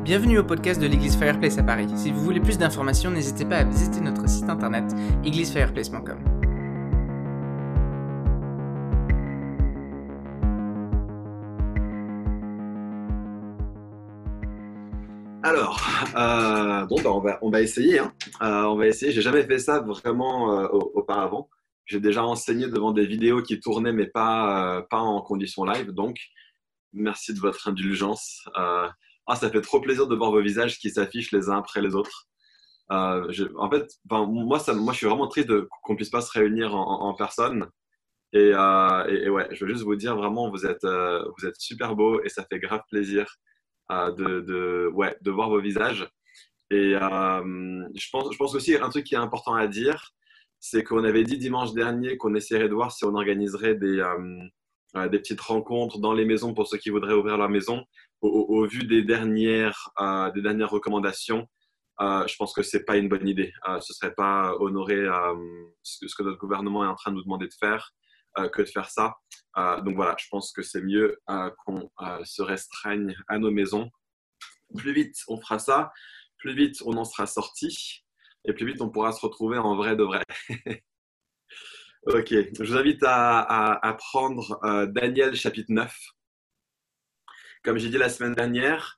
Bienvenue au podcast de l'église Fireplace à Paris. Si vous voulez plus d'informations, n'hésitez pas à visiter notre site internet églisefireplace.com. Alors, on va essayer. On va essayer. J'ai jamais fait ça vraiment auparavant. J'ai déjà enseigné devant des vidéos qui tournaient, mais pas en condition live. Donc, merci de votre indulgence. Ça fait trop plaisir de voir vos visages qui s'affichent les uns après les autres. Moi, je suis vraiment triste qu'on puisse pas se réunir en personne. Et ouais, je veux juste vous dire vraiment, vous êtes super beaux et ça fait grave plaisir de voir vos visages. Et je pense aussi un truc qui est important à dire, c'est qu'on avait dit dimanche dernier qu'on essaierait de voir si on organiserait des petites rencontres dans les maisons pour ceux qui voudraient ouvrir leur maison. Au vu des dernières recommandations, je pense que c'est pas une bonne idée. Ce serait pas honorer ce que notre gouvernement est en train de nous demander de faire que de faire ça. Donc voilà, je pense que c'est mieux qu'on se restreigne à nos maisons. Plus vite on fera ça, plus vite on en sera sorti et plus vite on pourra se retrouver en vrai de vrai. Ok, je vous invite à prendre Daniel chapitre 9. Comme j'ai dit la semaine dernière,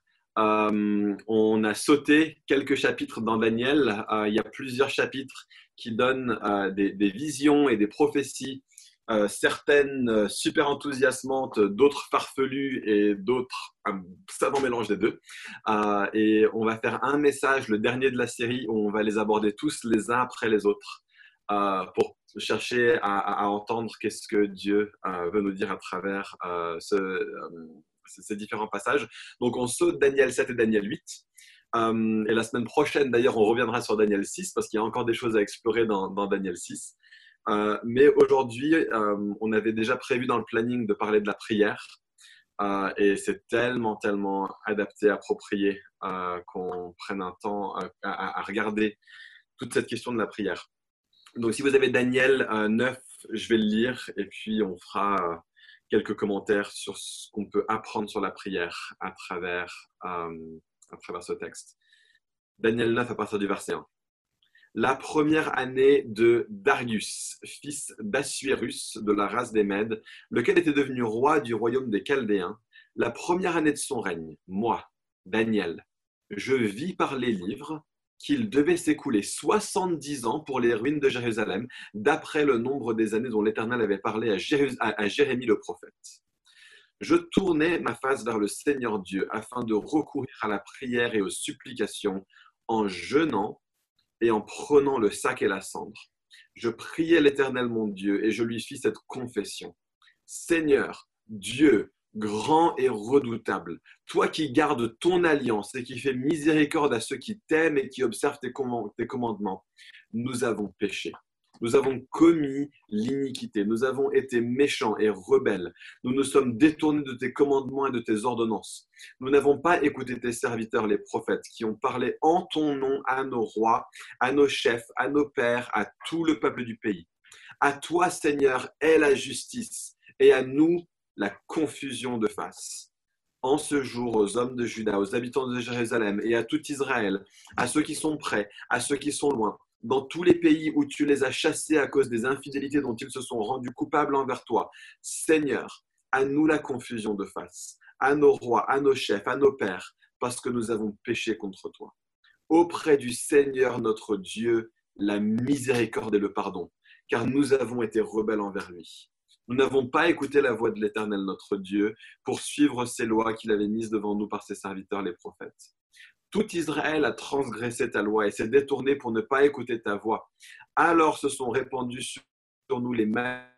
on a sauté quelques chapitres dans Daniel. Il y a plusieurs chapitres qui donnent des visions et des prophéties, certaines super enthousiasmantes, d'autres farfelues et d'autres un savant mélange des deux. Et on va faire un message, le dernier de la série, où on va les aborder tous les uns après les autres pour chercher à entendre qu'est-ce que Dieu veut nous dire à travers ces différents passages. Donc, on saute Daniel 7 et Daniel 8. Et la semaine prochaine, d'ailleurs, on reviendra sur Daniel 6 parce qu'il y a encore des choses à explorer dans Daniel 6. Mais aujourd'hui, on avait déjà prévu dans le planning de parler de la prière. Et c'est tellement adapté, approprié qu'on prenne un temps à regarder toute cette question de la prière. Donc, si vous avez Daniel 9, je vais le lire et puis on fera quelques commentaires sur ce qu'on peut apprendre sur la prière à travers ce texte. Daniel 9 à partir du verset 1. La première année de Darius, fils d'Assuérus de la race des Mèdes, lequel était devenu roi du royaume des Chaldéens, la première année de son règne, moi, Daniel, je vis par les livres qu'il devait s'écouler 70 ans pour les ruines de Jérusalem, d'après le nombre des années dont l'Éternel avait parlé à Jérémie le prophète. Je tournai ma face vers le Seigneur Dieu afin de recourir à la prière et aux supplications en jeûnant et en prenant le sac et la cendre. Je priai l'Éternel mon Dieu et je lui fis cette confession. Seigneur, Dieu, grand et redoutable, toi qui gardes ton alliance et qui fais miséricorde à ceux qui t'aiment et qui observent tes commandements, nous avons péché. Nous avons commis l'iniquité, nous avons été méchants et rebelles, nous nous sommes détournés de tes commandements et de tes ordonnances. Nous n'avons pas écouté tes serviteurs les prophètes qui ont parlé en ton nom à nos rois, à nos chefs, à nos pères, à tout le peuple du pays. À toi, Seigneur, est la justice et à nous la confusion de face. En ce jour, aux hommes de Juda, aux habitants de Jérusalem et à tout Israël, à ceux qui sont près, à ceux qui sont loin, dans tous les pays où tu les as chassés à cause des infidélités dont ils se sont rendus coupables envers toi. Seigneur, à nous la confusion de face, à nos rois, à nos chefs, à nos pères, parce que nous avons péché contre toi. Auprès du Seigneur notre Dieu, la miséricorde et le pardon, car nous avons été rebelles envers lui. Nous n'avons pas écouté la voix de l'Éternel notre Dieu pour suivre ses lois qu'il avait mises devant nous par ses serviteurs les prophètes. Tout Israël a transgressé ta loi et s'est détourné pour ne pas écouter ta voix. Alors se sont répandus sur nous les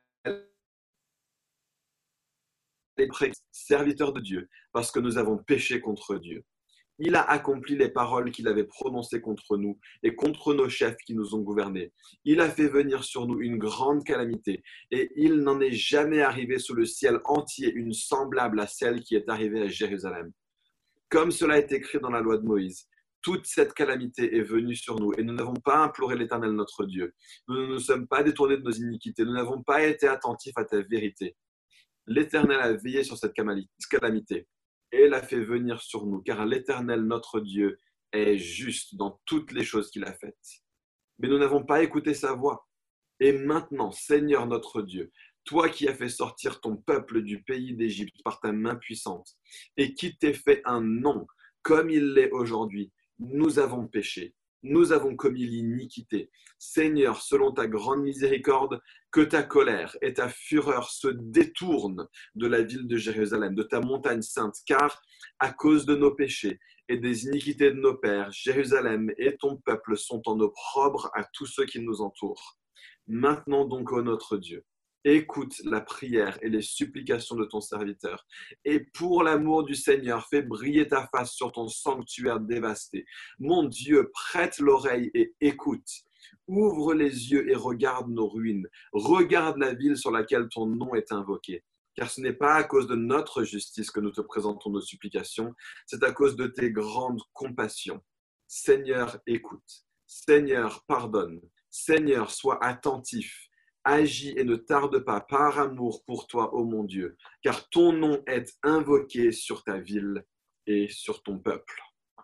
serviteurs de Dieu, parce que nous avons péché contre Dieu. Il a accompli les paroles qu'il avait prononcées contre nous et contre nos chefs qui nous ont gouvernés. Il a fait venir sur nous une grande calamité et il n'en est jamais arrivé sous le ciel entier une semblable à celle qui est arrivée à Jérusalem. Comme cela est écrit dans la loi de Moïse, toute cette calamité est venue sur nous et nous n'avons pas imploré l'Éternel notre Dieu. Nous ne nous sommes pas détournés de nos iniquités, nous n'avons pas été attentifs à ta vérité. L'Éternel a veillé sur cette calamité. et l'a fait venir sur nous, car l'Éternel, notre Dieu, est juste dans toutes les choses qu'il a faites. Mais nous n'avons pas écouté sa voix. Et maintenant, Seigneur notre Dieu, toi qui as fait sortir ton peuple du pays d'Égypte par ta main puissante, et qui t'es fait un nom comme il l'est aujourd'hui, nous avons péché, nous avons commis l'iniquité. Seigneur, selon ta grande miséricorde, que ta colère et ta fureur se détournent de la ville de Jérusalem, de ta montagne sainte, car à cause de nos péchés et des iniquités de nos pères, Jérusalem et ton peuple sont en opprobre à tous ceux qui nous entourent. Maintenant donc, ô notre Dieu, écoute la prière et les supplications de ton serviteur. Et pour l'amour du Seigneur, fais briller ta face sur ton sanctuaire dévasté. Mon Dieu, prête l'oreille et écoute. Ouvre les yeux et regarde nos ruines. Regarde la ville sur laquelle ton nom est invoqué. Car ce n'est pas à cause de notre justice que nous te présentons nos supplications, c'est à cause de tes grandes compassions. Seigneur, écoute. Seigneur, pardonne. Seigneur, sois attentif. Agis et ne tarde pas par amour pour toi, ô mon Dieu, car ton nom est invoqué sur ta ville et sur ton peuple.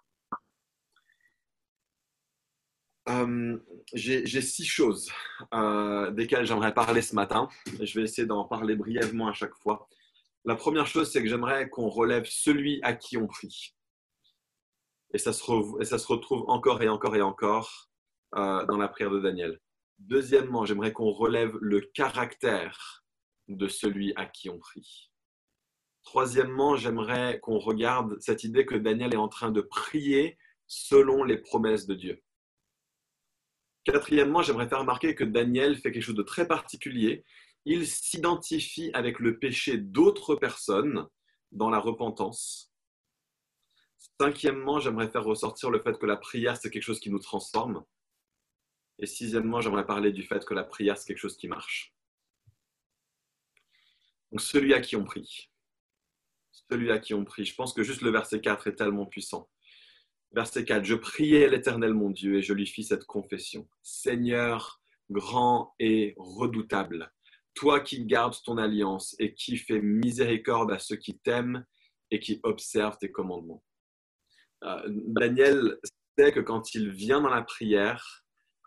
J'ai 6 choses desquelles j'aimerais parler ce matin. Je vais essayer d'en parler brièvement à chaque fois. La première chose, c'est que j'aimerais qu'on relève celui à qui on prie. Et ça se retrouve encore et encore et encore dans la prière de Daniel. Deuxièmement, j'aimerais qu'on relève le caractère de celui à qui on prie. Troisièmement, j'aimerais qu'on regarde cette idée que Daniel est en train de prier selon les promesses de Dieu. Quatrièmement, j'aimerais faire remarquer que Daniel fait quelque chose de très particulier. Il s'identifie avec le péché d'autres personnes dans la repentance. Cinquièmement, j'aimerais faire ressortir le fait que la prière, c'est quelque chose qui nous transforme. Et sixièmement, j'aimerais parler du fait que la prière, c'est quelque chose qui marche. Donc, celui à qui on prie. Celui à qui on prie. Je pense que juste le verset 4 est tellement puissant. Verset 4. Je priais l'Éternel mon Dieu et je lui fis cette confession. Seigneur, grand et redoutable, toi qui gardes ton alliance et qui fais miséricorde à ceux qui t'aiment et qui observent tes commandements. Daniel sait que quand il vient dans la prière,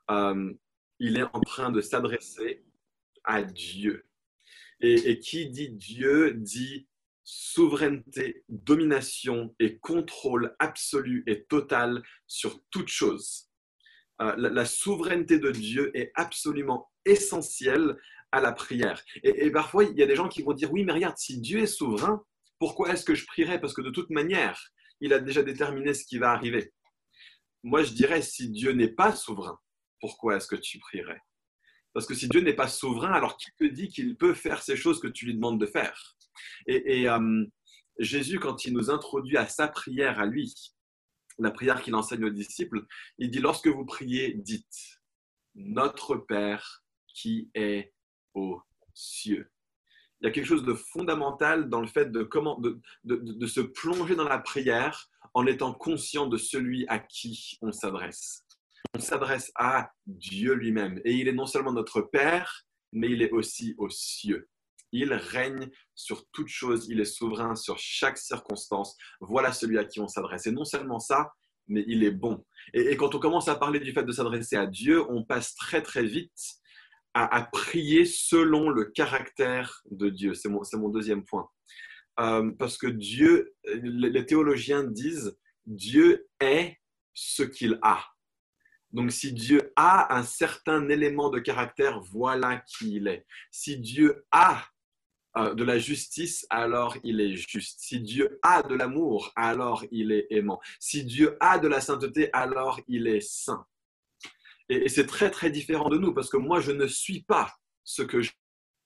il est en train de s'adresser à Dieu. Et qui dit Dieu dit souveraineté, domination et contrôle absolu et total sur toute chose. La souveraineté de Dieu est absolument essentielle à la prière. Et parfois, il y a des gens qui vont dire, oui, mais regarde, si Dieu est souverain, pourquoi est-ce que je prierais? Parce que de toute manière, il a déjà déterminé ce qui va arriver. Moi, je dirais, si Dieu n'est pas souverain, pourquoi est-ce que tu prierais? Parce que si Dieu n'est pas souverain, alors qui te dit qu'il peut faire ces choses que tu lui demandes de faire? Et Jésus, quand il nous introduit à sa prière à lui, la prière qu'il enseigne aux disciples, il dit, lorsque vous priez, dites, notre Père qui est aux cieux. Il y a quelque chose de fondamental dans le fait de se plonger dans la prière en étant conscient de celui à qui on s'adresse. On s'adresse à Dieu lui-même. Et il est non seulement notre Père, mais il est aussi aux cieux. Il règne sur toute chose, il est souverain sur chaque circonstance. Voilà celui à qui on s'adresse. Et non seulement ça, mais il est bon. Et quand on commence à parler du fait de s'adresser à Dieu, on passe très très vite à prier selon le caractère de Dieu. C'est mon deuxième point. Parce que Dieu, les théologiens disent, Dieu est ce qu'il a. Donc, si Dieu a un certain élément de caractère, voilà qui il est. Si Dieu a de la justice, alors il est juste. Si Dieu a de l'amour, alors il est aimant. Si Dieu a de la sainteté, alors il est saint. Et c'est très, très différent de nous, parce que moi, je ne suis pas ce que j'ai.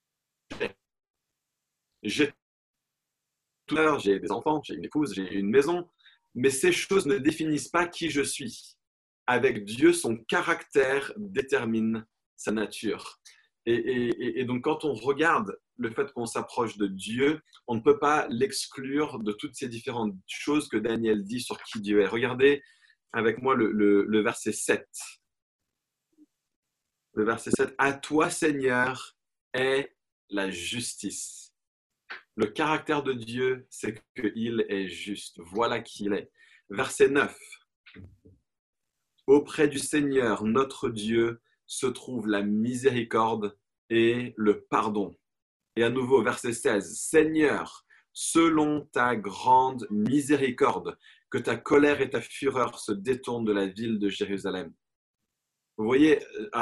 J'ai des enfants, j'ai une épouse, j'ai une maison, mais ces choses ne définissent pas qui je suis. Avec Dieu, son caractère détermine sa nature. Et donc, quand on regarde le fait qu'on s'approche de Dieu, on ne peut pas l'exclure de toutes ces différentes choses que Daniel dit sur qui Dieu est. Regardez avec moi le verset 7. Le verset 7. À toi, Seigneur, est la justice. Le caractère de Dieu, c'est qu'il est juste. Voilà qui il est. Verset 9. Auprès du Seigneur, notre Dieu, se trouve la miséricorde et le pardon. Et à nouveau, verset 16. Seigneur, selon ta grande miséricorde, que ta colère et ta fureur se détournent de la ville de Jérusalem. Vous voyez,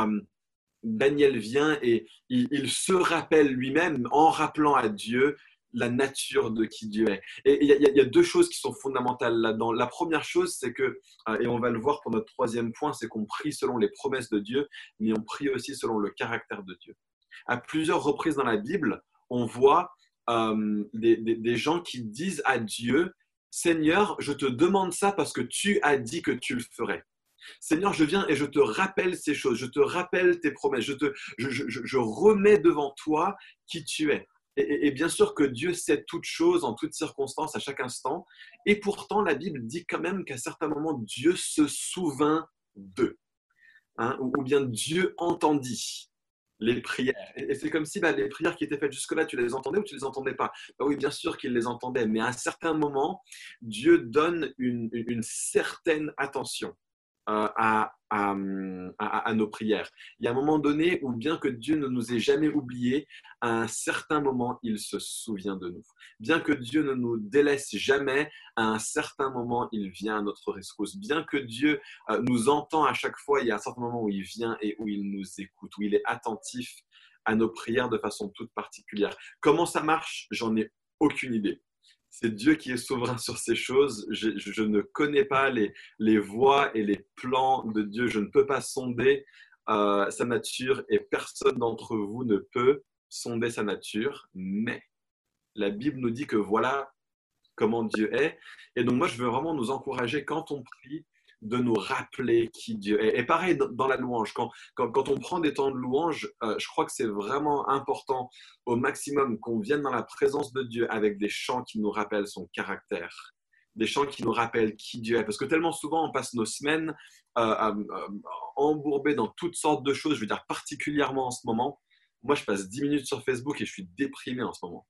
Daniel vient et il se rappelle lui-même en rappelant à Dieu la nature de qui Dieu est. Et il y a deux choses qui sont fondamentales là-dedans. La première chose, c'est que, et on va le voir pour notre troisième point, c'est qu'on prie selon les promesses de Dieu, mais on prie aussi selon le caractère de Dieu. À plusieurs reprises dans la Bible, on voit des gens qui disent à Dieu, Seigneur, je te demande ça parce que tu as dit que tu le ferais. Seigneur, je viens et je te rappelle ces choses, je te rappelle tes promesses, je remets devant toi qui tu es. Et bien sûr que Dieu sait toutes choses, en toutes circonstances, à chaque instant. Et pourtant, la Bible dit quand même qu'à certains moments, Dieu se souvint d'eux. Hein, ou bien Dieu entendit les prières. Et c'est comme si les prières qui étaient faites jusque-là, tu les entendais ou tu les entendais pas? Oui, bien sûr qu'il les entendait, mais à un certain moment, Dieu donne une certaine attention à nos prières. Il y a un moment donné où bien que Dieu ne nous ait jamais oubliés, à un certain moment, il se souvient de nous. Bien que Dieu ne nous délaisse jamais, à un certain moment, il vient à notre rescousse. Bien que Dieu nous entend à chaque fois, il y a un certain moment où il vient et où il nous écoute, où il est attentif à nos prières de façon toute particulière. Comment ça marche? J'en ai aucune idée. C'est Dieu qui est souverain sur ces choses. Je ne connais pas les voies et les plans de Dieu. Je ne peux pas sonder sa nature et personne d'entre vous ne peut sonder sa nature. Mais la Bible nous dit que voilà comment Dieu est. Et donc moi, je veux vraiment nous encourager quand on prie de nous rappeler qui Dieu est. Et pareil dans la louange, quand on prend des temps de louange, je crois que c'est vraiment important au maximum qu'on vienne dans la présence de Dieu avec des chants qui nous rappellent son caractère, des chants qui nous rappellent qui Dieu est. Parce que tellement souvent, on passe nos semaines embourbés dans toutes sortes de choses, je veux dire particulièrement en ce moment. Moi, je passe 10 minutes sur Facebook et je suis déprimé en ce moment.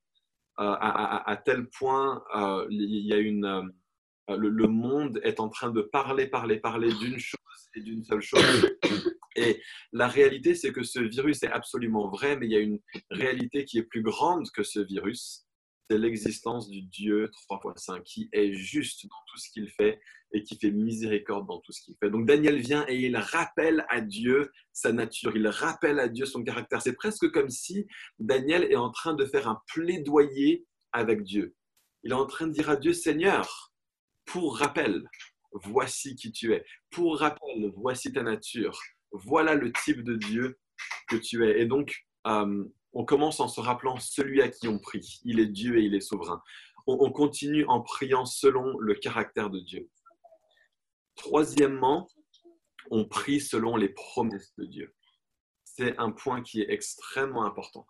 À tel point, il y a le monde est en train de parler d'une chose et d'une seule chose. Et la réalité, c'est que ce virus est absolument vrai, mais il y a une réalité qui est plus grande que ce virus. C'est l'existence du Dieu 3 fois 5 qui est juste dans tout ce qu'il fait et qui fait miséricorde dans tout ce qu'il fait. Donc Daniel vient et il rappelle à Dieu sa nature, il rappelle à Dieu son caractère. C'est presque comme si Daniel est en train de faire un plaidoyer avec Dieu. Il est en train de dire à Dieu, Seigneur, pour rappel, voici qui tu es. Pour rappel, voici ta nature. Voilà le type de Dieu que tu es. Et donc, on commence en se rappelant celui à qui on prie. Il est Dieu et il est souverain. On continue en priant selon le caractère de Dieu. Troisièmement, on prie selon les promesses de Dieu. C'est un point qui est extrêmement important.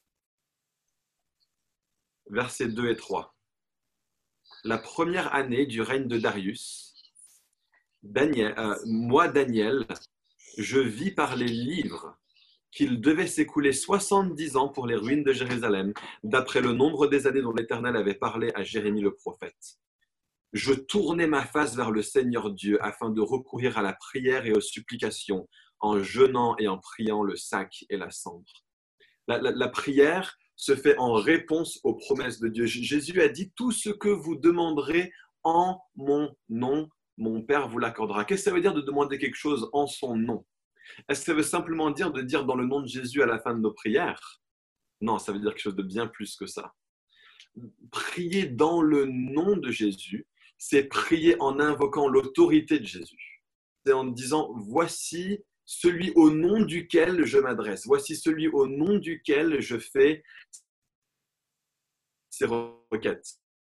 Versets 2 et 3. La première année du règne de Darius, moi, Daniel, je vis par les livres qu'il devait s'écouler 70 ans pour les ruines de Jérusalem, d'après le nombre des années dont l'Éternel avait parlé à Jérémie le prophète. Je tournais ma face vers le Seigneur Dieu afin de recourir à la prière et aux supplications, en jeûnant et en priant le sac et la cendre. La prière se fait en réponse aux promesses de Dieu. Jésus a dit, tout ce que vous demanderez en mon nom, mon Père vous l'accordera. Qu'est-ce que ça veut dire de demander quelque chose en son nom? Est-ce que ça veut simplement dire de dire dans le nom de Jésus à la fin de nos prières? Non, ça veut dire quelque chose de bien plus que ça. Prier dans le nom de Jésus, c'est prier en invoquant l'autorité de Jésus. C'est en disant, voici celui au nom duquel je m'adresse. Voici celui au nom duquel je fais ces requêtes.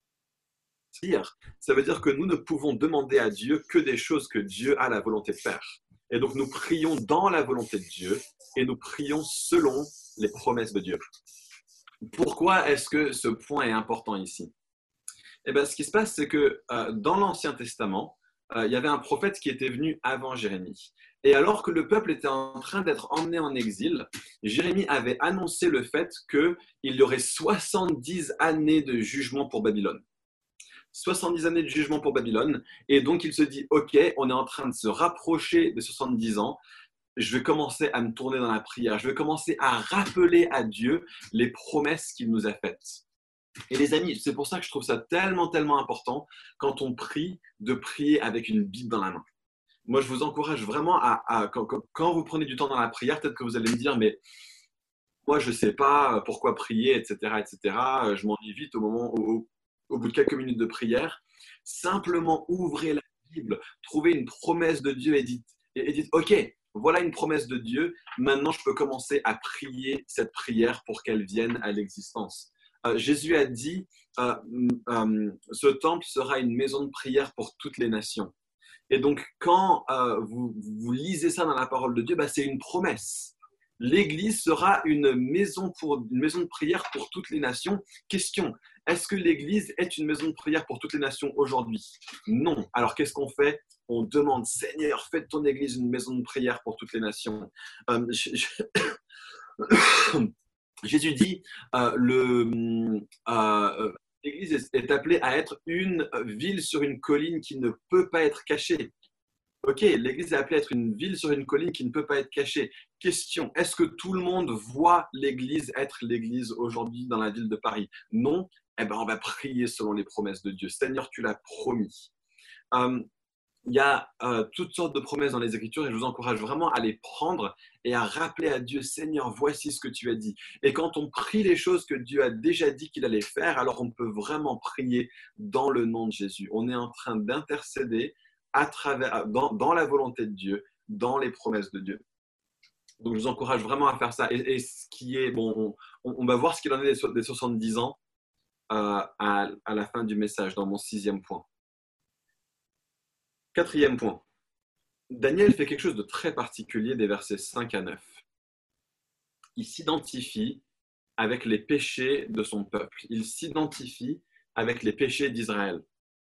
Ça veut dire que nous ne pouvons demander à Dieu que des choses que Dieu a la volonté de faire. Et donc nous prions dans la volonté de Dieu et nous prions selon les promesses de Dieu. Pourquoi est-ce que ce point est important ici? Eh bien, ce qui se passe, c'est que dans l'Ancien Testament, il y avait un prophète qui était venu avant Jérémie. Et alors que le peuple était en train d'être emmené en exil, Jérémie avait annoncé le fait qu'il y aurait 70 années de jugement pour Babylone. 70 années de jugement pour Babylone. Et donc, il se dit, OK, on est en train de se rapprocher des 70 ans. Je vais commencer à me tourner dans la prière. Je vais commencer à rappeler à Dieu les promesses qu'il nous a faites. Et les amis, c'est pour ça que je trouve ça tellement, tellement important quand on prie, de prier avec une Bible dans la main. Moi, je vous encourage vraiment quand vous prenez du temps dans la prière, peut-être que vous allez me dire, mais moi, je ne sais pas pourquoi prier, etc., etc. Je m'ennuie vite au bout de quelques minutes de prière. Simplement ouvrez la Bible, trouvez une promesse de Dieu et dites, OK, voilà une promesse de Dieu. Maintenant, je peux commencer à prier cette prière pour qu'elle vienne à l'existence. Jésus a dit, ce temple sera une maison de prière pour toutes les nations. Et donc, quand vous lisez ça dans la parole de Dieu, c'est une promesse. L'Église sera une maison de prière pour toutes les nations. Question, est-ce que l'Église est une maison de prière pour toutes les nations aujourd'hui? Non. Alors, qu'est-ce qu'on fait? On demande, Seigneur, fais de ton Église une maison de prière pour toutes les nations. Jésus dit, l'Église est appelée à être une ville sur une colline qui ne peut pas être cachée. Ok, l'Église est appelée à être une ville sur une colline qui ne peut pas être cachée. Question, est-ce que tout le monde voit l'Église être l'Église aujourd'hui dans la ville de Paris? Non. Eh bien, on va prier selon les promesses de Dieu. Seigneur, tu l'as promis. Il y a toutes sortes de promesses dans les Écritures et je vous encourage vraiment à les prendre et à rappeler à Dieu, Seigneur, voici ce que tu as dit. Et quand on prie les choses que Dieu a déjà dit qu'il allait faire, alors on peut vraiment prier dans le nom de Jésus. On est en train d'intercéder dans la volonté de Dieu, dans les promesses de Dieu. Donc je vous encourage vraiment à faire ça. Et ce qui est, bon, on va voir ce qu'il en est des 70 ans à la fin du message, dans mon 6e point. 4e point. Daniel fait quelque chose de très particulier des versets 5 à 9. Il s'identifie avec les péchés de son peuple. Il s'identifie avec les péchés d'Israël.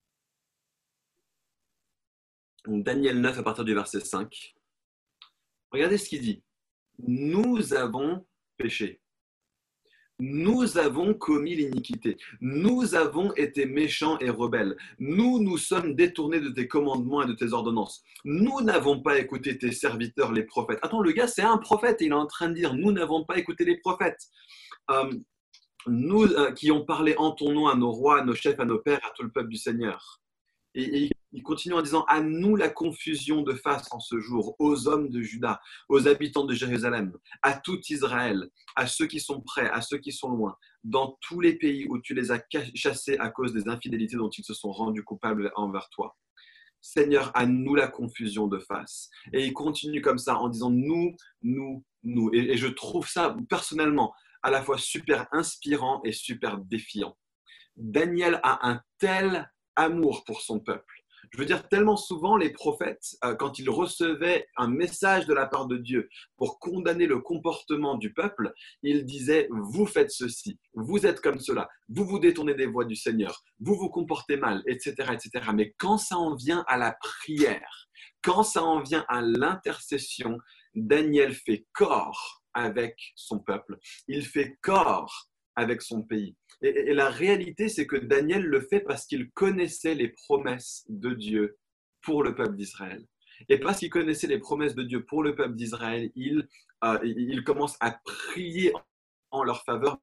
Donc Daniel 9 à partir du verset 5. Regardez ce qu'il dit. Nous avons péché. Nous avons commis l'iniquité. Nous avons été méchants et rebelles. Nous nous sommes détournés de tes commandements et de tes ordonnances. Nous n'avons pas écouté tes serviteurs, les prophètes. Attends, le gars, c'est un prophète. Il est en train de dire, nous n'avons pas écouté les prophètes. Nous qui ont parlé en ton nom à nos rois, à nos chefs, à nos pères, à tout le peuple du Seigneur. Et il continue en disant, à nous la confusion de face en ce jour, aux hommes de Juda, aux habitants de Jérusalem, à tout Israël, à ceux qui sont près, à ceux qui sont loin, dans tous les pays où tu les as chassés à cause des infidélités dont ils se sont rendus coupables envers toi. Seigneur, à nous la confusion de face. Et il continue comme ça en disant nous. Et je trouve ça personnellement à la fois super inspirant et super défiant. Daniel a un tel amour pour son peuple. Je veux dire, tellement souvent, les prophètes, quand ils recevaient un message de la part de Dieu pour condamner le comportement du peuple, ils disaient, vous faites ceci, vous êtes comme cela, vous vous détournez des voies du Seigneur, vous vous comportez mal, etc., etc. Mais quand ça en vient à la prière, quand ça en vient à l'intercession, Daniel fait corps avec son peuple. Il fait corps avec son pays. Et la réalité, c'est que Daniel le fait parce qu'il connaissait les promesses de Dieu pour le peuple d'Israël. Et parce qu'il connaissait les promesses de Dieu pour le peuple d'Israël, il commence à prier en leur faveur.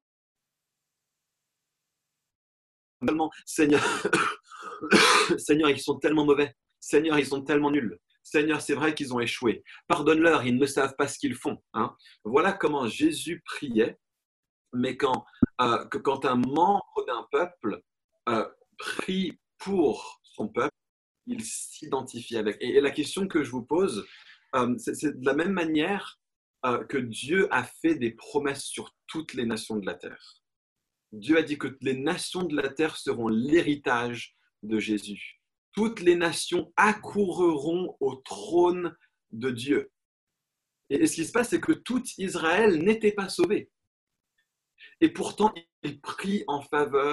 Seigneur, Seigneur, ils sont tellement mauvais. Seigneur, ils sont tellement nuls. Seigneur, c'est vrai qu'ils ont échoué. Pardonne-leur, ils ne savent pas ce qu'ils font. Voilà comment Jésus priait. Mais quand un membre d'un peuple prie pour son peuple, il s'identifie avec. Et la question que je vous pose, c'est de la même manière que Dieu a fait des promesses sur toutes les nations de la terre. Dieu a dit que les nations de la terre seront l'héritage de Jésus. Toutes les nations accourront au trône de Dieu. Et ce qui se passe, c'est que tout Israël n'était pas sauvé. Et pourtant, il prie en faveur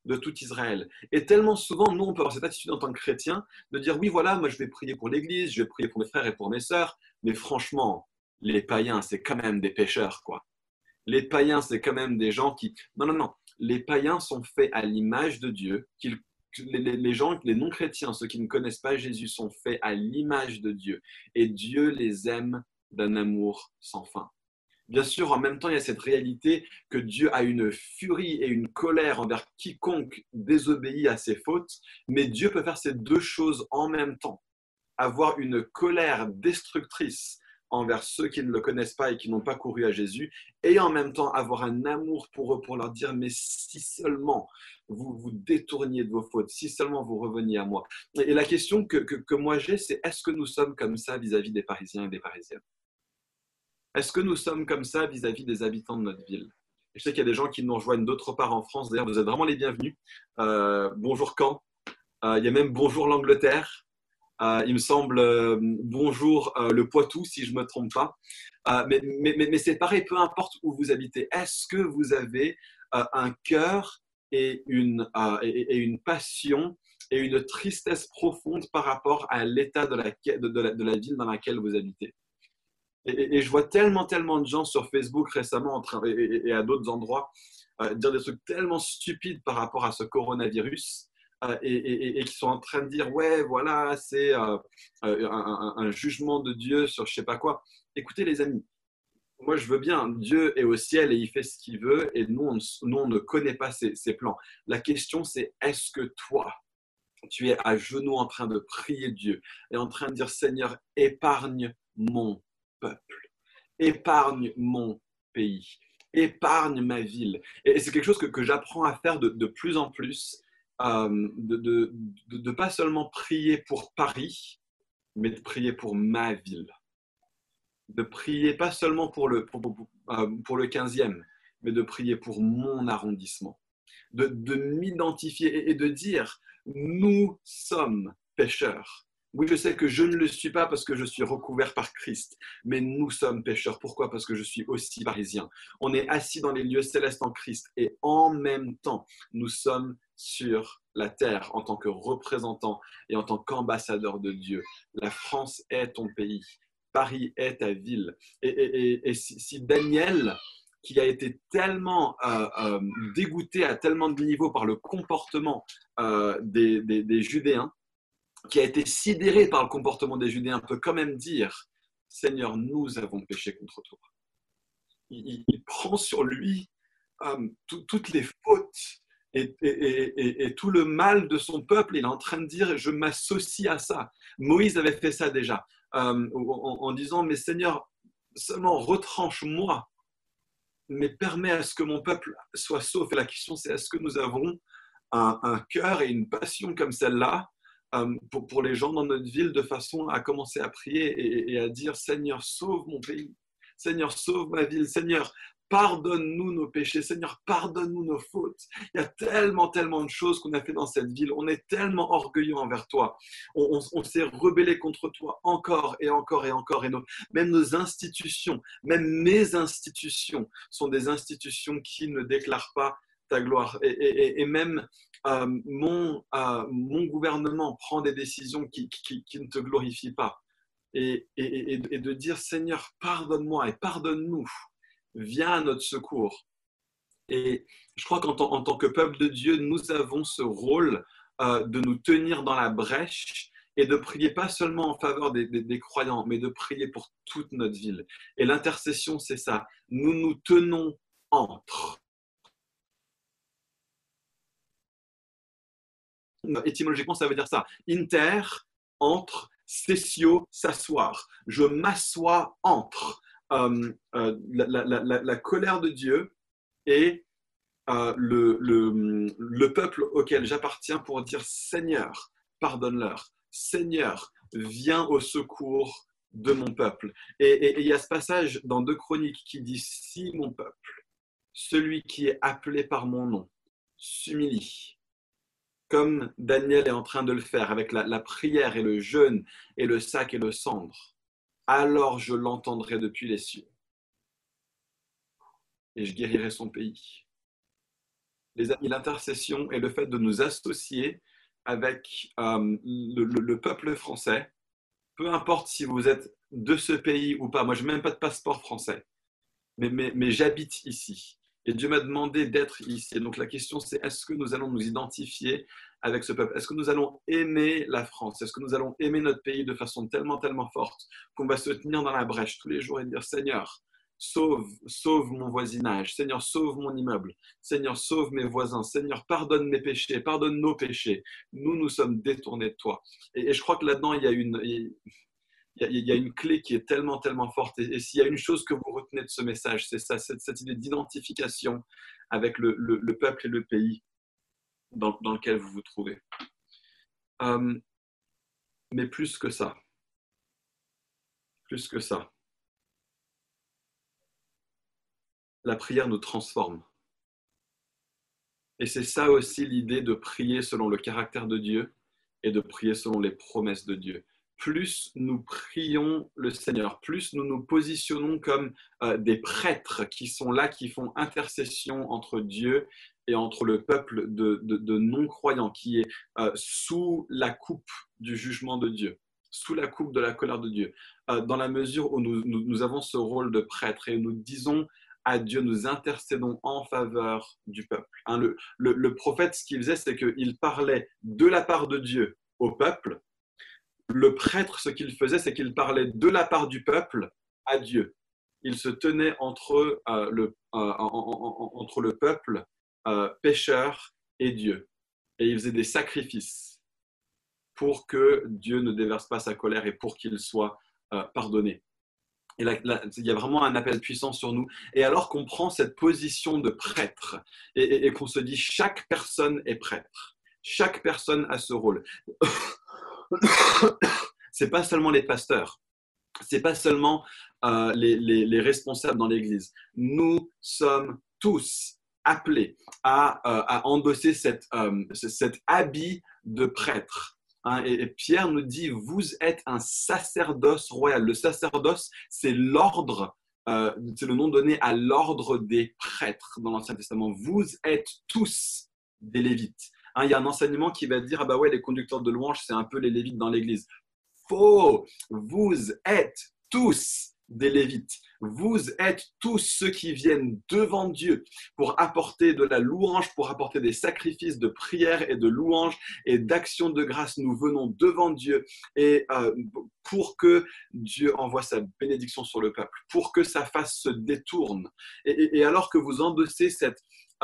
de tout Israël. Et tellement souvent, nous, on peut avoir cette attitude en tant que chrétien de dire, oui, voilà, moi, je vais prier pour l'Église, je vais prier pour mes frères et pour mes sœurs, mais franchement, les païens, c'est quand même des pécheurs, quoi. Les païens, c'est quand même des gens qui... Non, non, non. Les païens sont faits à l'image de Dieu. Les gens, les non-chrétiens, ceux qui ne connaissent pas Jésus, sont faits à l'image de Dieu. Et Dieu les aime d'un amour sans fin. Bien sûr, en même temps, il y a cette réalité que Dieu a une furie et une colère envers quiconque désobéit à ses fautes, mais Dieu peut faire ces deux choses en même temps. Avoir une colère destructrice envers ceux qui ne le connaissent pas et qui n'ont pas couru à Jésus, et en même temps avoir un amour pour eux, pour leur dire, mais si seulement vous vous détourniez de vos fautes, si seulement vous reveniez à moi. Et la question que moi j'ai, c'est est-ce que nous sommes comme ça vis-à-vis des Parisiens et des Parisiennes? Est-ce que nous sommes comme ça vis-à-vis des habitants de notre ville? Je sais qu'il y a des gens qui nous rejoignent d'autre part en France. D'ailleurs, vous êtes vraiment les bienvenus. Bonjour Caen. Il y a même bonjour l'Angleterre. Il me semble bonjour le Poitou, si je ne me trompe pas. Mais c'est pareil, peu importe où vous habitez. Est-ce que vous avez un cœur et une passion et une tristesse profonde par rapport à l'état de la ville dans laquelle vous habitez? Et je vois tellement de gens sur Facebook récemment et à d'autres endroits dire des trucs tellement stupides par rapport à ce coronavirus et qui sont en train de dire ouais voilà c'est un jugement de Dieu sur je sais pas quoi. Écoutez les amis, moi je veux bien, Dieu est au ciel et il fait ce qu'il veut et nous on ne connaît pas ses plans. La question c'est est-ce que toi tu es à genoux en train de prier Dieu et en train de dire Seigneur épargne mon peuple, épargne mon pays, épargne ma ville. Et c'est quelque chose que j'apprends à faire de plus en plus, de pas seulement prier pour Paris, mais de prier pour ma ville. De prier pas seulement pour le 15e, mais de prier pour mon arrondissement. De m'identifier et de dire, nous sommes pécheurs. Oui, je sais que je ne le suis pas parce que je suis recouvert par Christ, mais nous sommes pécheurs. Pourquoi? Parce que je suis aussi parisien. On est assis dans les lieux célestes en Christ et en même temps, nous sommes sur la terre en tant que représentants et en tant qu'ambassadeurs de Dieu. La France est ton pays. Paris est ta ville. Et si Daniel, qui a été tellement dégoûté à tellement de niveaux par le comportement des Judéens, qui a été sidéré par le comportement des Judéens, peut quand même dire « Seigneur, nous avons péché contre toi ». Il prend sur lui toutes les fautes et tout le mal de son peuple. Il est en train de dire « Je m'associe à ça ». Moïse avait fait ça déjà, en disant « Mais Seigneur, seulement retranche-moi, mais permets à ce que mon peuple soit sauf ». Et la question, c'est est-ce que nous avons un cœur et une passion comme celle-là pour les gens dans notre ville, de façon à commencer à prier et à dire Seigneur, sauve mon pays, Seigneur, sauve ma ville, Seigneur, pardonne-nous nos péchés, Seigneur, pardonne-nous nos fautes. Il y a tellement de choses qu'on a fait dans cette ville, on est tellement orgueilleux envers toi, on s'est rebellé contre toi encore et encore et encore, et même nos institutions, même mes institutions sont des institutions qui ne déclarent pas ta gloire. Et même mon gouvernement prend des décisions qui ne te glorifient pas. Et de dire, Seigneur, pardonne-moi et pardonne-nous. Viens à notre secours. Et je crois qu'en tant que peuple de Dieu, nous avons ce rôle de nous tenir dans la brèche et de prier pas seulement en faveur des croyants, mais de prier pour toute notre ville. Et l'intercession, c'est ça. Nous nous tenons entre. Étymologiquement, ça veut dire ça. Inter, entre, sessio, s'asseoir. Je m'assois entre la colère de Dieu et le peuple auquel j'appartiens pour dire Seigneur, pardonne-leur. Seigneur, viens au secours de mon peuple. Et il y a ce passage dans 2 Chroniques qui dit si mon peuple, celui qui est appelé par mon nom, s'humilie, comme Daniel est en train de le faire avec la prière et le jeûne et le sac et le cendre, alors je l'entendrai depuis les cieux et je guérirai son pays. les amis, l'intercession et le fait de nous associer avec le peuple français, peu importe si vous êtes de ce pays ou pas. Moi, je n'ai même pas de passeport français, mais j'habite ici. Et Dieu m'a demandé d'être ici. Et donc la question, c'est est-ce que nous allons nous identifier avec ce peuple? Est-ce que nous allons aimer la France? Est-ce que nous allons aimer notre pays de façon tellement, tellement forte qu'on va se tenir dans la brèche tous les jours et dire, Seigneur, sauve mon voisinage. Seigneur, sauve mon immeuble. Seigneur, sauve mes voisins. Seigneur, pardonne mes péchés, pardonne nos péchés. Nous sommes détournés de toi. Et je crois que là-dedans, il y a une clé qui est tellement, tellement forte. Et s'il y a une chose que vous retenez de ce message, c'est ça, cette idée d'identification avec le peuple et le pays dans lequel vous vous trouvez. Mais plus que ça, la prière nous transforme. Et c'est ça aussi l'idée de prier selon le caractère de Dieu et de prier selon les promesses de Dieu. Plus nous prions le Seigneur, plus nous nous positionnons comme des prêtres qui sont là, qui font intercession entre Dieu et entre le peuple de non-croyants, qui est sous la coupe du jugement de Dieu, sous la coupe de la colère de Dieu, dans la mesure où nous avons ce rôle de prêtre et nous disons à Dieu, nous intercédons en faveur du peuple. Hein, le prophète, ce qu'il faisait, c'est qu'il parlait de la part de Dieu au peuple. Le prêtre, ce qu'il faisait, c'est qu'il parlait de la part du peuple à Dieu. Il se tenait entre le peuple pécheur et Dieu. Et il faisait des sacrifices pour que Dieu ne déverse pas sa colère et pour qu'il soit pardonné. Et là, il y a vraiment un appel puissant sur nous. Et alors qu'on prend cette position de prêtre et qu'on se dit chaque personne est prêtre, chaque personne a ce rôle. C'est pas seulement les pasteurs, c'est pas seulement les responsables dans l'Église. Nous sommes tous appelés à endosser cet habit de prêtre. Hein, et Pierre nous dit, vous êtes un sacerdoce royal. Le sacerdoce, c'est l'ordre, c'est le nom donné à l'ordre des prêtres dans l'Ancien Testament. Vous êtes tous des Lévites. Hein, il y a un enseignement qui va dire, ah bah ouais, les conducteurs de louanges, c'est un peu les Lévites dans l'Église. Faux! Vous êtes tous des Lévites. Vous êtes tous ceux qui viennent devant Dieu pour apporter de la louange, pour apporter des sacrifices de prière et de louange et d'action de grâce. Nous venons devant Dieu et pour que Dieu envoie sa bénédiction sur le peuple, pour que sa face se détourne. Et alors que vous endossez cette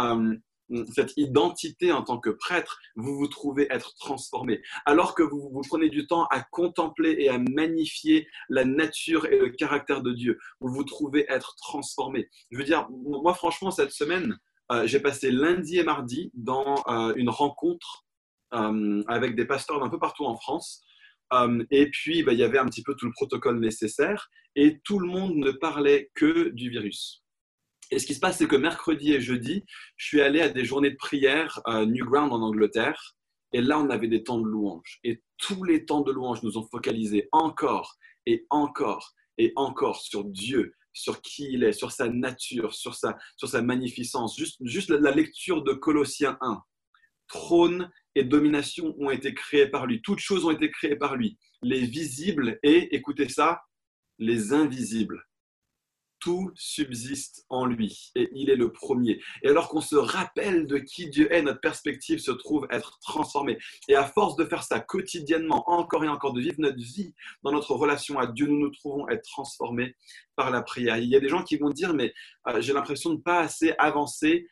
identité en tant que prêtre, vous vous trouvez être transformé. Alors que vous prenez du temps à contempler et à magnifier la nature et le caractère de Dieu, vous vous trouvez être transformé. Je veux dire, moi franchement, cette semaine, j'ai passé lundi et mardi dans une rencontre avec des pasteurs d'un peu partout en France. Et puis, il y avait un petit peu tout le protocole nécessaire et tout le monde ne parlait que du virus. Et ce qui se passe, c'est que mercredi et jeudi, je suis allé à des journées de prière à Newground en Angleterre. Et là, on avait des temps de louange. Et tous les temps de louange nous ont focalisé encore et encore et encore sur Dieu, sur qui il est, sur sa nature, sur sa magnificence. Juste la lecture de Colossiens 1. Trône et domination ont été créés par lui. Toutes choses ont été créées par lui. Les visibles et, écoutez ça, les invisibles. Tout subsiste en lui et il est le premier. Et alors qu'on se rappelle de qui Dieu est, notre perspective se trouve être transformée. Et à force de faire ça quotidiennement, encore et encore, de vivre notre vie dans notre relation à Dieu, nous nous trouvons être transformés par la prière. Il y a des gens qui vont dire, mais j'ai l'impression de ne pas assez avancer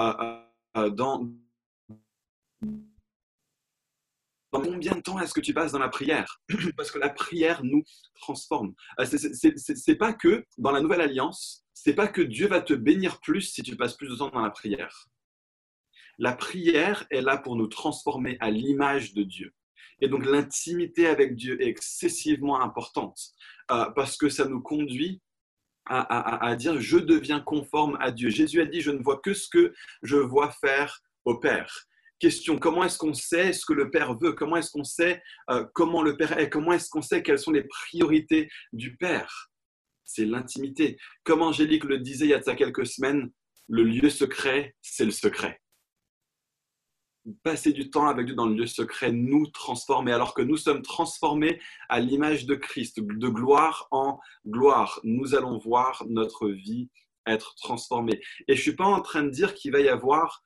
dans combien de temps est-ce que tu passes dans la prière? Parce que la prière nous transforme. C'est pas que, dans la Nouvelle Alliance, c'est pas que Dieu va te bénir plus si tu passes plus de temps dans la prière. La prière est là pour nous transformer à l'image de Dieu. Et donc l'intimité avec Dieu est excessivement importante parce que ça nous conduit à dire « je deviens conforme à Dieu ». Jésus a dit « je ne vois que ce que je vois faire au Père ». Question, comment est-ce qu'on sait ce que le Père veut? Comment est-ce qu'on sait comment le Père est? Comment est-ce qu'on sait quelles sont les priorités du Père? C'est l'intimité. Comme Angélique le disait il y a de ça quelques semaines, le lieu secret, c'est le secret. passer du temps avec Dieu dans le lieu secret nous transforme. Et alors que nous sommes transformés à l'image de Christ, de gloire en gloire, nous allons voir notre vie être transformée. Et je ne suis pas en train de dire qu'il va y avoir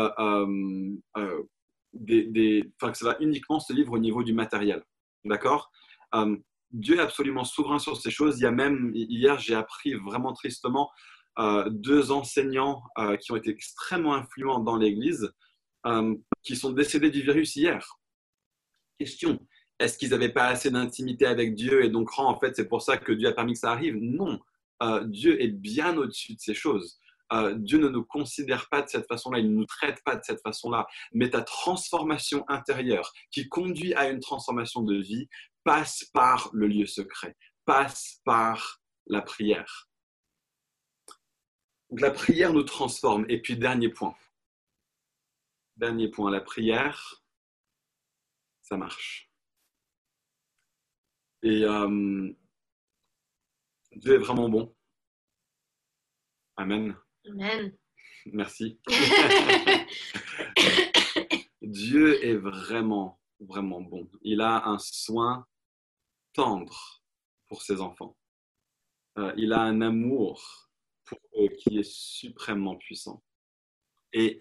que ça va uniquement se vivre au niveau du matériel. D'accord? Dieu est absolument souverain sur ces choses. Il y a même, hier, j'ai appris vraiment tristement 2 enseignants qui ont été extrêmement influents dans l'Église, qui sont décédés du virus hier. Question, est-ce qu'ils n'avaient pas assez d'intimité avec Dieu et donc en fait c'est pour ça que Dieu a permis que ça arrive? Non, Dieu est bien au-dessus de ces choses. Dieu ne nous considère pas de cette façon-là, il ne nous traite pas de cette façon-là, mais ta transformation intérieure qui conduit à une transformation de vie passe par le lieu secret, passe par la prière. Donc la prière nous transforme. Et puis dernier point, la prière, ça marche. Et Dieu est vraiment bon. Amen. Amen. Merci. Dieu est vraiment, vraiment bon. Il a un soin tendre pour ses enfants. Il a un amour pour eux qui est suprêmement puissant. Et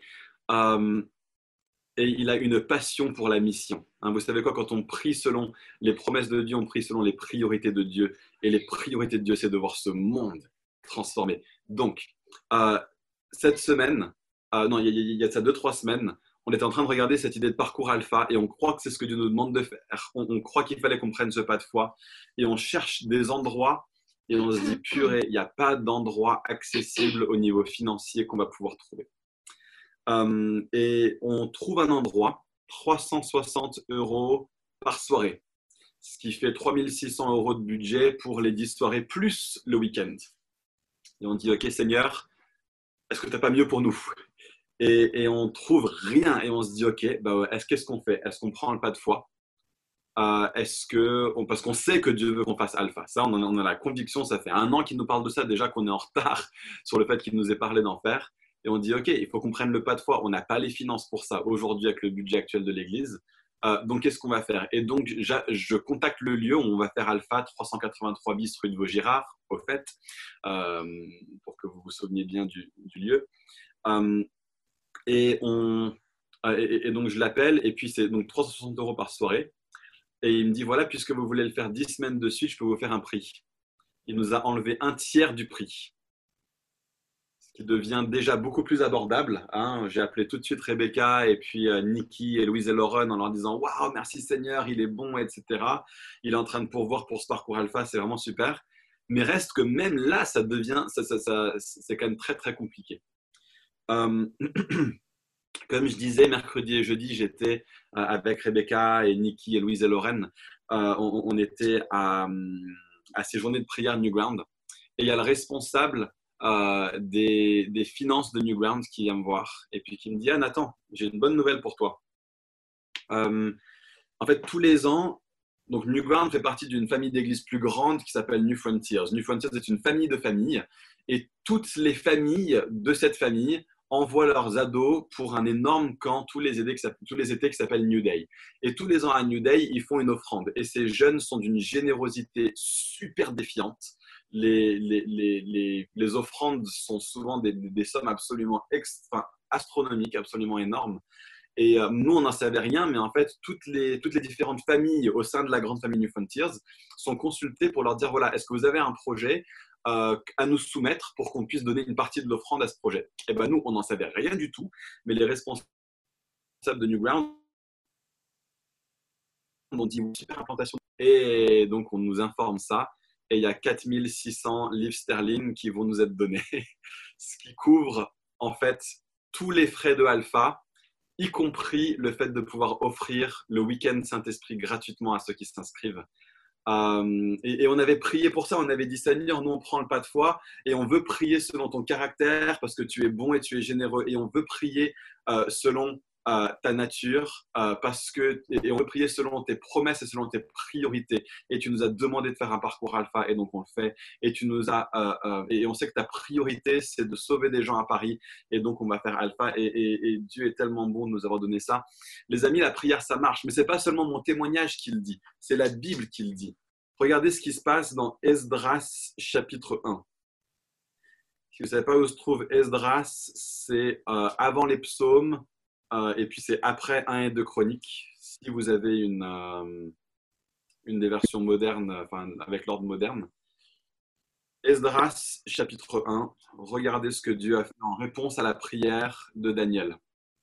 il a une passion pour la mission. Vous savez quoi, quand on prie selon les promesses de Dieu, on prie selon les priorités de Dieu. Et les priorités de Dieu, c'est de voir ce monde transformé. Donc, cette semaine, il y a ça 2-3 semaines, on était en train de regarder cette idée de parcours alpha et on croit que c'est ce que Dieu nous demande de faire. On croit qu'il fallait qu'on prenne ce pas de foi et on cherche des endroits et on se dit, purée, il n'y a pas d'endroit accessible au niveau financier qu'on va pouvoir trouver. Et on trouve un endroit, 360 € par soirée, ce qui fait 3600 € de budget pour les 10 soirées plus le week-end. Et on dit, ok Seigneur, est-ce que tu n'as pas mieux pour nous? Et on trouve rien et on se dit, ok, qu'est-ce qu'on fait? Est-ce qu'on prend le pas de foi? Parce qu'on sait que Dieu veut qu'on fasse alpha. Ça, on a la conviction, ça fait 1 an qu'il nous parle de ça, déjà qu'on est en retard sur le fait qu'il nous ait parlé d'en faire. Et on dit, ok, il faut qu'on prenne le pas de foi. On n'a pas les finances pour ça aujourd'hui avec le budget actuel de l'Église. Donc, qu'est-ce qu'on va faire? Et donc, je contacte le lieu où on va faire Alpha, 383 bis rue de Vaugirard, au fait, pour que vous vous souveniez bien du lieu. Et donc, je l'appelle, et puis c'est donc 360 € par soirée. Et il me dit, voilà, puisque vous voulez le faire 10 semaines de suite, je peux vous faire un prix. Il nous a enlevé 1/3 du prix, qui devient déjà beaucoup plus abordable. J'ai appelé tout de suite Rebecca et puis Nikki et Louise et Lauren en leur disant « Waouh, merci Seigneur, il est bon, etc. » Il est en train de pourvoir pour ce parcours alpha, c'est vraiment super. Mais reste que même là, c'est quand même très, très compliqué. Comme je disais, mercredi et jeudi, j'étais avec Rebecca et Nikki et Louise et Lauren. On était à ces journées de prière Newground. Et il y a le responsable des finances de Newground qui vient me voir et puis qui me dit « Ah Nathan, j'ai une bonne nouvelle pour toi. » En fait, tous les ans, donc Newground fait partie d'une famille d'églises plus grande qui s'appelle New Frontiers. New Frontiers est une famille de familles et toutes les familles de cette famille envoient leurs ados pour un énorme camp tous les étés qui s'appelle New Day. Et tous les ans à New Day, ils font une offrande. Et ces jeunes sont d'une générosité super défiante. Les offrandes sont souvent des sommes absolument astronomiques, absolument énormes. Et nous, on n'en savait rien, mais en fait, toutes les différentes familles au sein de la grande famille New Frontiers sont consultées pour leur dire, voilà, est-ce que vous avez un projet à nous soumettre pour qu'on puisse donner une partie de l'offrande à ce projet? Et bien nous, on n'en savait rien du tout, mais les responsables de Newground ont dit, super implantation. Et donc, on nous informe ça. Et il y a 4600 livres sterling qui vont nous être donnés, ce qui couvre en fait tous les frais de Alpha, y compris le fait de pouvoir offrir le week-end Saint-Esprit gratuitement à ceux qui s'inscrivent. Et on avait prié pour ça, on avait dit Seigneur, nous on prend le pas de foi et on veut prier selon ton caractère parce que tu es bon et tu es généreux et on veut prier selon ta nature, parce que, et on veut prier selon tes promesses et selon tes priorités. Et tu nous as demandé de faire un parcours alpha, et donc on le fait. Et tu nous as, et on sait que ta priorité, c'est de sauver des gens à Paris, et donc on va faire alpha. Et Dieu est tellement bon de nous avoir donné ça. Les amis, la prière, ça marche, mais c'est pas seulement mon témoignage qui le dit, c'est la Bible qui le dit. Regardez ce qui se passe dans Esdras chapitre 1. Si vous ne savez pas où se trouve Esdras, c'est avant les psaumes, et puis c'est après 1 et 2 Chroniques. Si vous avez une des versions modernes, enfin avec l'ordre moderne. Esdras chapitre 1, regardez ce que Dieu a fait en réponse à la prière de Daniel.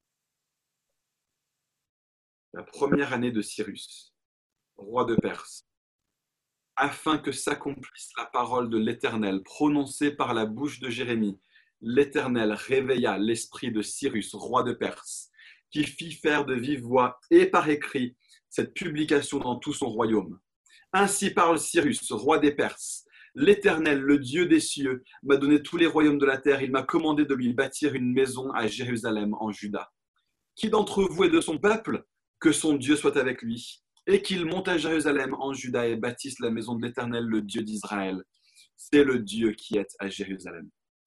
La première année de Cyrus, roi de Perse, afin que s'accomplisse la parole de l'Éternel prononcée par la bouche de Jérémie. L'Éternel réveilla l'esprit de Cyrus, roi de Perse, qui fit faire de vive voix et par écrit cette publication dans tout son royaume. Ainsi parle Cyrus, roi des Perses. L'Éternel, le Dieu des cieux, m'a donné tous les royaumes de la terre. Il m'a commandé de lui bâtir une maison à Jérusalem, en Juda. Qui d'entre vous est de son peuple? Que son Dieu soit avec lui. Et qu'il monte à Jérusalem, en Juda, et bâtisse la maison de l'Éternel, le Dieu d'Israël. C'est le Dieu qui est à Jérusalem.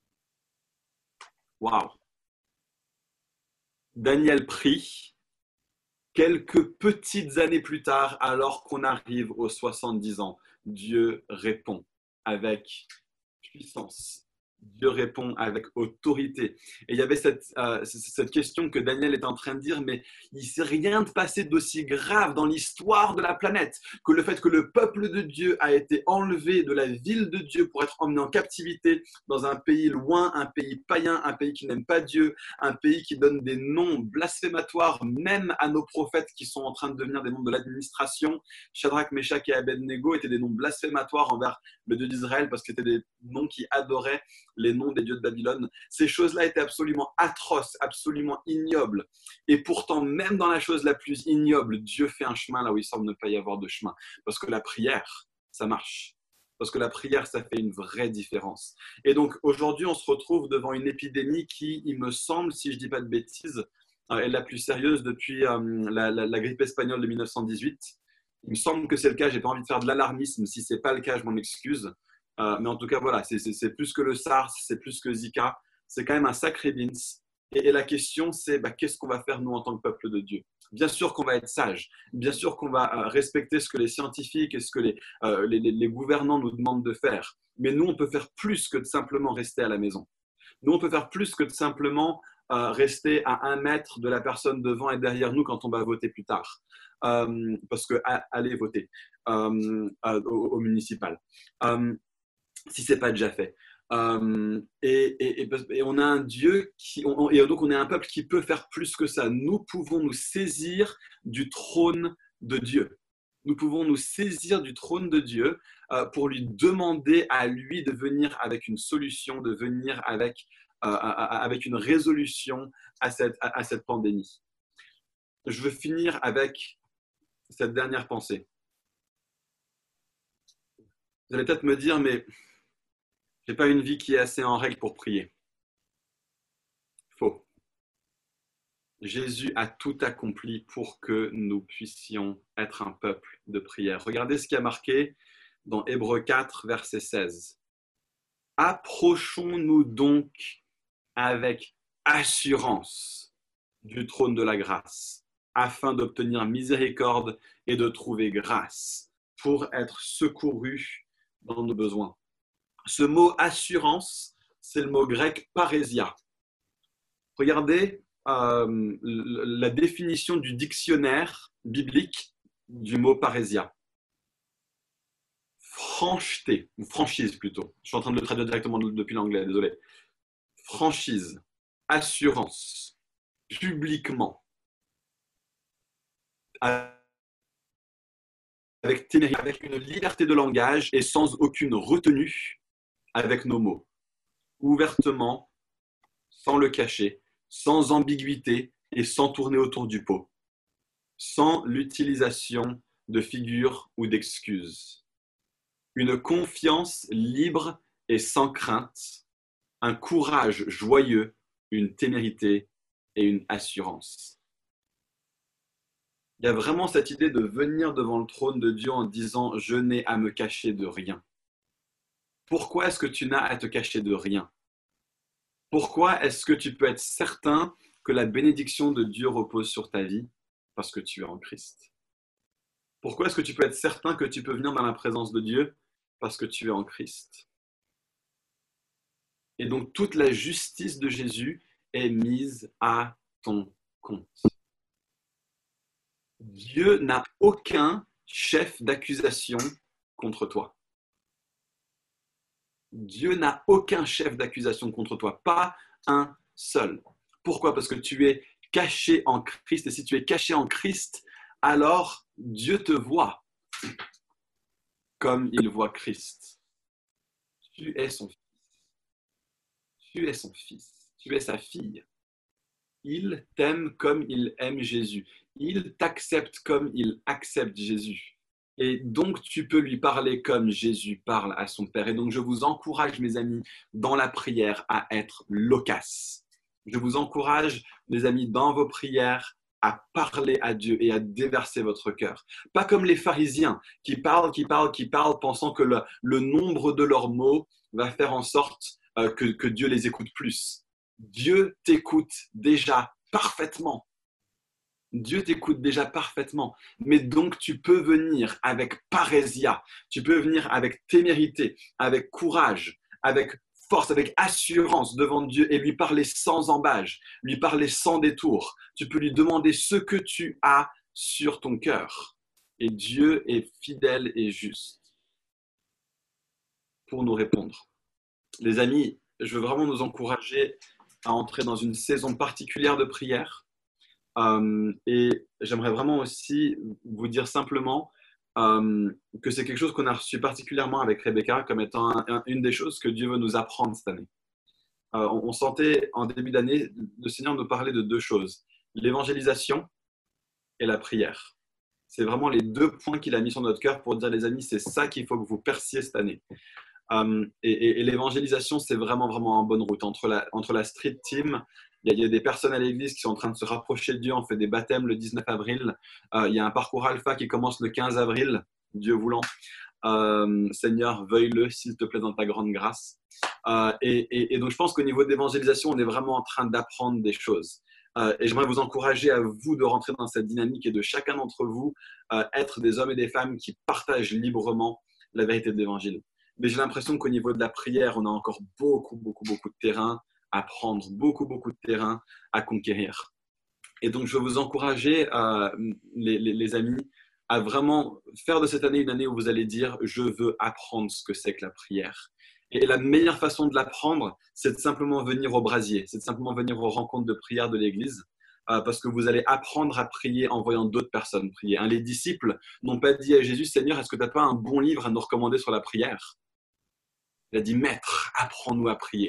Waouh! Daniel prie. Quelques petites années plus tard, alors qu'on arrive aux 70 ans, Dieu répond avec puissance. Dieu répond avec autorité. Et il y avait cette question que Daniel est en train de dire, mais il ne s'est rien de passé d'aussi grave dans l'histoire de la planète que le fait que le peuple de Dieu a été enlevé de la ville de Dieu pour être emmené en captivité dans un pays loin, un pays païen, un pays qui n'aime pas Dieu, un pays qui donne des noms blasphématoires même à nos prophètes qui sont en train de devenir des noms de l'administration. Shadrach, Meshach et Abednego étaient des noms blasphématoires envers le Dieu d'Israël parce que c'était des noms qui adoraient les noms des dieux de Babylone. Ces choses-là étaient absolument atroces, absolument ignobles. Et pourtant, même dans la chose la plus ignoble, Dieu fait un chemin là où il semble ne pas y avoir de chemin. Parce que la prière, ça marche. Parce que la prière, ça fait une vraie différence. Et donc, aujourd'hui, on se retrouve devant une épidémie qui, il me semble, si je ne dis pas de bêtises, est la plus sérieuse depuis la grippe espagnole de 1918. Il me semble que c'est le cas. Je n'ai pas envie de faire de l'alarmisme. Si ce n'est pas le cas, je m'en excuse. Mais en tout cas, voilà, c'est plus que le SARS, c'est plus que Zika, c'est quand même un sacré bins. Et la question, c'est qu'est-ce qu'on va faire nous en tant que peuple de Dieu? Bien sûr qu'on va être sage, bien sûr qu'on va respecter ce que les scientifiques et ce que les gouvernants nous demandent de faire. Mais nous, on peut faire plus que de simplement rester à la maison. Nous, on peut faire plus que de simplement rester à 1 mètre de la personne devant et derrière nous quand on va voter plus tard. Parce que allez voter au municipal. Si ce n'est pas déjà fait. Et on a un Dieu et donc on est un peuple qui peut faire plus que ça. Nous pouvons nous saisir du trône de Dieu. Nous pouvons nous saisir du trône de Dieu pour lui demander à lui de venir avec une solution, de venir avec une résolution à cette pandémie. Je veux finir avec cette dernière pensée. Vous allez peut-être me dire, mais je n'ai pas une vie qui est assez en règle pour prier. Faux. Jésus a tout accompli pour que nous puissions être un peuple de prière. Regardez ce qui a marqué dans Hébreux 4, verset 16. Approchons-nous donc avec assurance du trône de la grâce, afin d'obtenir miséricorde et de trouver grâce pour être secourus dans nos besoins. Ce mot assurance, c'est le mot grec parésia. Regardez la définition du dictionnaire biblique du mot parésia. Francheté, ou franchise plutôt. Je suis en train de le traduire directement depuis l'anglais, désolé. Franchise, assurance, publiquement, avec une liberté de langage et sans aucune retenue avec nos mots, ouvertement, sans le cacher, sans ambiguïté et sans tourner autour du pot, sans l'utilisation de figures ou d'excuses. Une confiance libre et sans crainte, un courage joyeux, une témérité et une assurance. Il y a vraiment cette idée de venir devant le trône de Dieu en disant « Je n'ai à me cacher de rien ». Pourquoi est-ce que tu n'as à te cacher de rien? Pourquoi est-ce que tu peux être certain que la bénédiction de Dieu repose sur ta vie? Parce que tu es en Christ. Pourquoi est-ce que tu peux être certain que tu peux venir dans la présence de Dieu? Parce que tu es en Christ. Et donc toute la justice de Jésus est mise à ton compte. Dieu n'a aucun chef d'accusation contre toi. Dieu n'a aucun chef d'accusation contre toi, pas un seul. Pourquoi? Parce que tu es caché en Christ, et si tu es caché en Christ, alors Dieu te voit comme il voit Christ. Tu es son fils. Tu es son fils. Tu es sa fille. Il t'aime comme il aime Jésus. Il t'accepte comme il accepte Jésus. Et donc, tu peux lui parler comme Jésus parle à son Père. Et donc, je vous encourage, mes amis, dans la prière à être loquace. Je vous encourage, mes amis, dans vos prières, à parler à Dieu et à déverser votre cœur. Pas comme les pharisiens qui parlent, pensant que le nombre de leurs mots va faire en sorte que Dieu les écoute plus. Dieu t'écoute déjà parfaitement. Dieu t'écoute déjà parfaitement, mais donc tu peux venir avec parésia, tu peux venir avec témérité, avec courage, avec force, avec assurance devant Dieu et lui parler sans embâge, lui parler sans détour. Tu peux lui demander ce que tu as sur ton cœur. Et Dieu est fidèle et juste pour nous répondre. Les amis, je veux vraiment nous encourager à entrer dans une saison particulière de prière. Et j'aimerais vraiment aussi vous dire simplement que c'est quelque chose qu'on a reçu particulièrement avec Rebecca comme étant une des choses que Dieu veut nous apprendre cette année. On sentait en début d'année le Seigneur nous parler de deux choses, l'évangélisation et la prière. C'est vraiment les deux points qu'il a mis sur notre cœur pour dire les amis, c'est ça qu'il faut que vous perciez cette année. Et l'évangélisation, c'est vraiment en bonne route. Entre la street team, il y a des personnes à l'église qui sont en train de se rapprocher de Dieu. On fait des baptêmes le 19 avril. Il y a un parcours alpha qui commence le 15 avril, Dieu voulant. Seigneur, veuille-le, s'il te plaît, dans ta grande grâce. Et donc, je pense qu'au niveau de l'évangélisation, on est vraiment en train d'apprendre des choses. Et j'aimerais vous encourager à vous de rentrer dans cette dynamique et de chacun d'entre vous être des hommes et des femmes qui partagent librement la vérité de l'évangile. Mais j'ai l'impression qu'au niveau de la prière, on a encore beaucoup de terrain à prendre, beaucoup de terrain à conquérir. Et donc, je veux vous encourager, les amis, à vraiment faire de cette année une année où vous allez dire « Je veux apprendre ce que c'est que la prière ». Et la meilleure façon de l'apprendre, c'est de simplement venir au brasier, c'est de simplement venir aux rencontres de prière de l'Église, parce que vous allez apprendre à prier en voyant d'autres personnes prier. Les disciples n'ont pas dit à Jésus « Seigneur, est-ce que tu n'as pas un bon livre à nous recommander sur la prière ?» Il a dit « Maître, apprends-nous à prier ».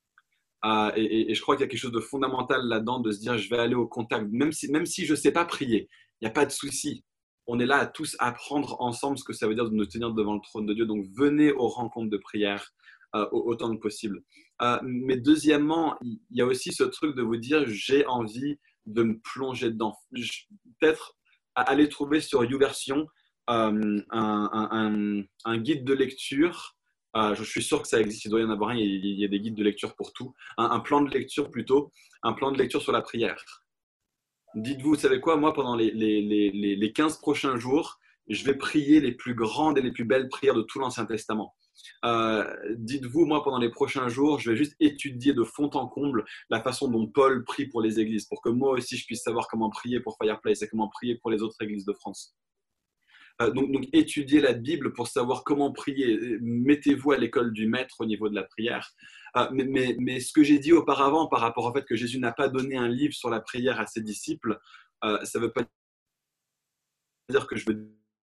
Et je crois qu'il y a quelque chose de fondamental là-dedans de se dire je vais aller au contact, même si je ne sais pas prier, il n'y a pas de souci. On est là à tous apprendre ensemble ce que ça veut dire de nous tenir devant le trône de Dieu. Donc venez aux rencontres de prière autant que possible. Mais deuxièmement, il y a aussi ce truc de vous dire j'ai envie de me plonger dedans. Peut-être aller trouver sur YouVersion un guide de lecture. Je suis sûr que ça existe, il doit y en avoir un, il y a des guides de lecture pour tout. Un plan de lecture plutôt, un plan de lecture sur la prière. Dites-vous, vous savez quoi, moi pendant les 15 prochains jours, je vais prier les plus grandes et les plus belles prières de tout l'Ancien Testament. Dites-vous, moi pendant les prochains jours, je vais juste étudier de fond en comble la façon dont Paul prie pour les églises, pour que moi aussi je puisse savoir comment prier pour Fireplace et comment prier pour les autres églises de France. Donc, étudiez la Bible pour savoir comment prier. Mettez-vous à l'école du maître au niveau de la prière. Mais ce que j'ai dit auparavant par rapport au fait que Jésus n'a pas donné un livre sur la prière à ses disciples, ça ne veut pas dire que je veux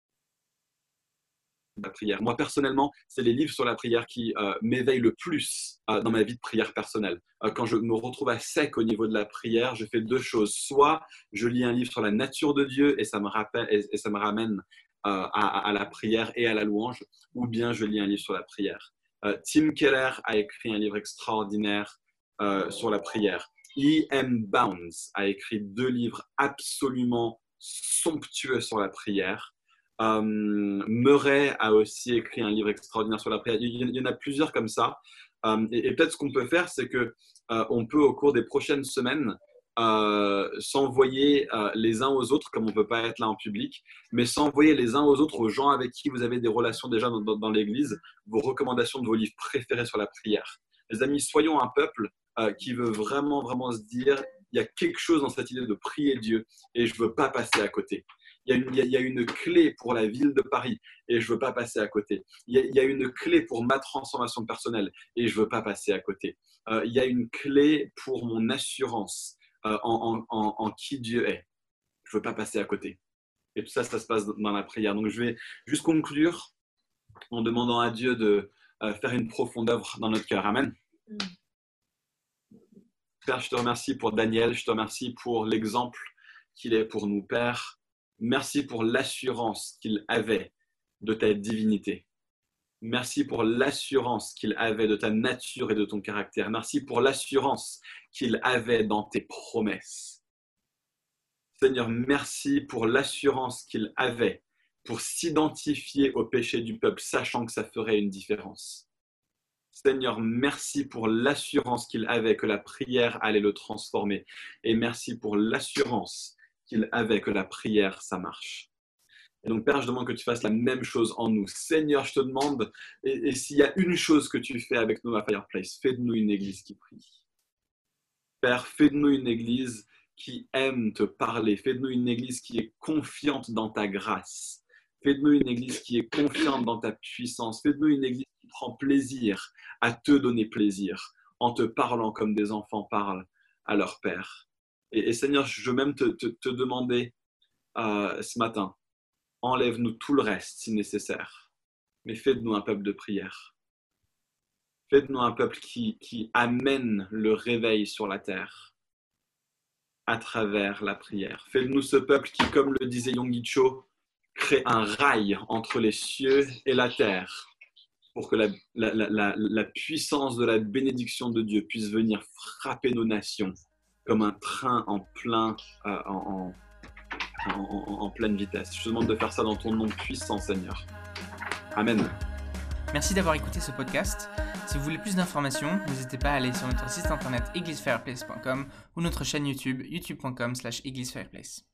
la prière. Moi, personnellement, c'est les livres sur la prière qui m'éveillent le plus dans ma vie de prière personnelle. Quand je me retrouve à sec au niveau de la prière, je fais deux choses. Soit je lis un livre sur la nature de Dieu et ça me rappelle et ça me ramène à la prière et à la louange, ou bien je lis un livre sur la prière. Tim Keller a écrit un livre extraordinaire sur la prière. E.M. Bounds a écrit 2 livres absolument somptueux sur la prière. Murray a aussi écrit un livre extraordinaire sur la prière. Il y en a plusieurs comme ça. Et peut-être ce qu'on peut faire, c'est que on peut au cours des prochaines semaines s'envoyer les uns aux autres, comme on ne peut pas être là en public, mais s'envoyer les uns aux autres, aux gens avec qui vous avez des relations déjà dans l'église, vos recommandations de vos livres préférés sur la prière. Les amis, soyons un peuple qui veut vraiment, vraiment se dire, il y a quelque chose dans cette idée de prier Dieu et je ne veux pas passer à côté. Il y a une clé pour la ville de Paris et je ne veux pas passer à côté. Il y a une clé pour ma transformation personnelle et je ne veux pas passer à côté. Il y a une clé pour mon assurance en qui Dieu est. Je ne veux pas passer à côté. Et tout ça, ça se passe dans la prière. Donc, je vais juste conclure en demandant à Dieu de faire une profonde œuvre dans notre cœur. Amen. Père, je te remercie pour Daniel. Je te remercie pour l'exemple qu'il est pour nous, Père. Merci pour l'assurance qu'il avait de ta divinité. Merci pour l'assurance qu'il avait de ta nature et de ton caractère. Merci pour l'assurance qu'il avait dans tes promesses. Seigneur, merci pour l'assurance qu'il avait pour s'identifier au péché du peuple, sachant que ça ferait une différence. Seigneur, merci pour l'assurance qu'il avait que la prière allait le transformer. Et merci pour l'assurance qu'il avait que la prière, ça marche. Et donc, Père, je demande que tu fasses la même chose en nous. Seigneur, je te demande, et s'il y a une chose que tu fais avec nous à Fireplace, fais de nous une église qui prie. Père, fais de nous une église qui aime te parler. Fais de nous une église qui est confiante dans ta grâce. Fais de nous une église qui est confiante dans ta puissance. Fais de nous une église qui prend plaisir à te donner plaisir en te parlant comme des enfants parlent à leur Père. Et Seigneur, je veux même te demander ce matin, enlève-nous tout le reste si nécessaire, mais fais de nous un peuple de prière. Fais de nous un peuple qui amène le réveil sur la terre à travers la prière. Fais de nous ce peuple qui, comme le disait Yonggi Cho, crée un rail entre les cieux et la terre pour que la puissance de la bénédiction de Dieu puisse venir frapper nos nations comme un train en pleine vitesse. Je te demande de faire ça dans ton nom puissant, Seigneur. Amen. Merci d'avoir écouté ce podcast. Si vous voulez plus d'informations, n'hésitez pas à aller sur notre site internet eglisefireplace.com ou notre chaîne YouTube, youtube.com/eglisefireplace.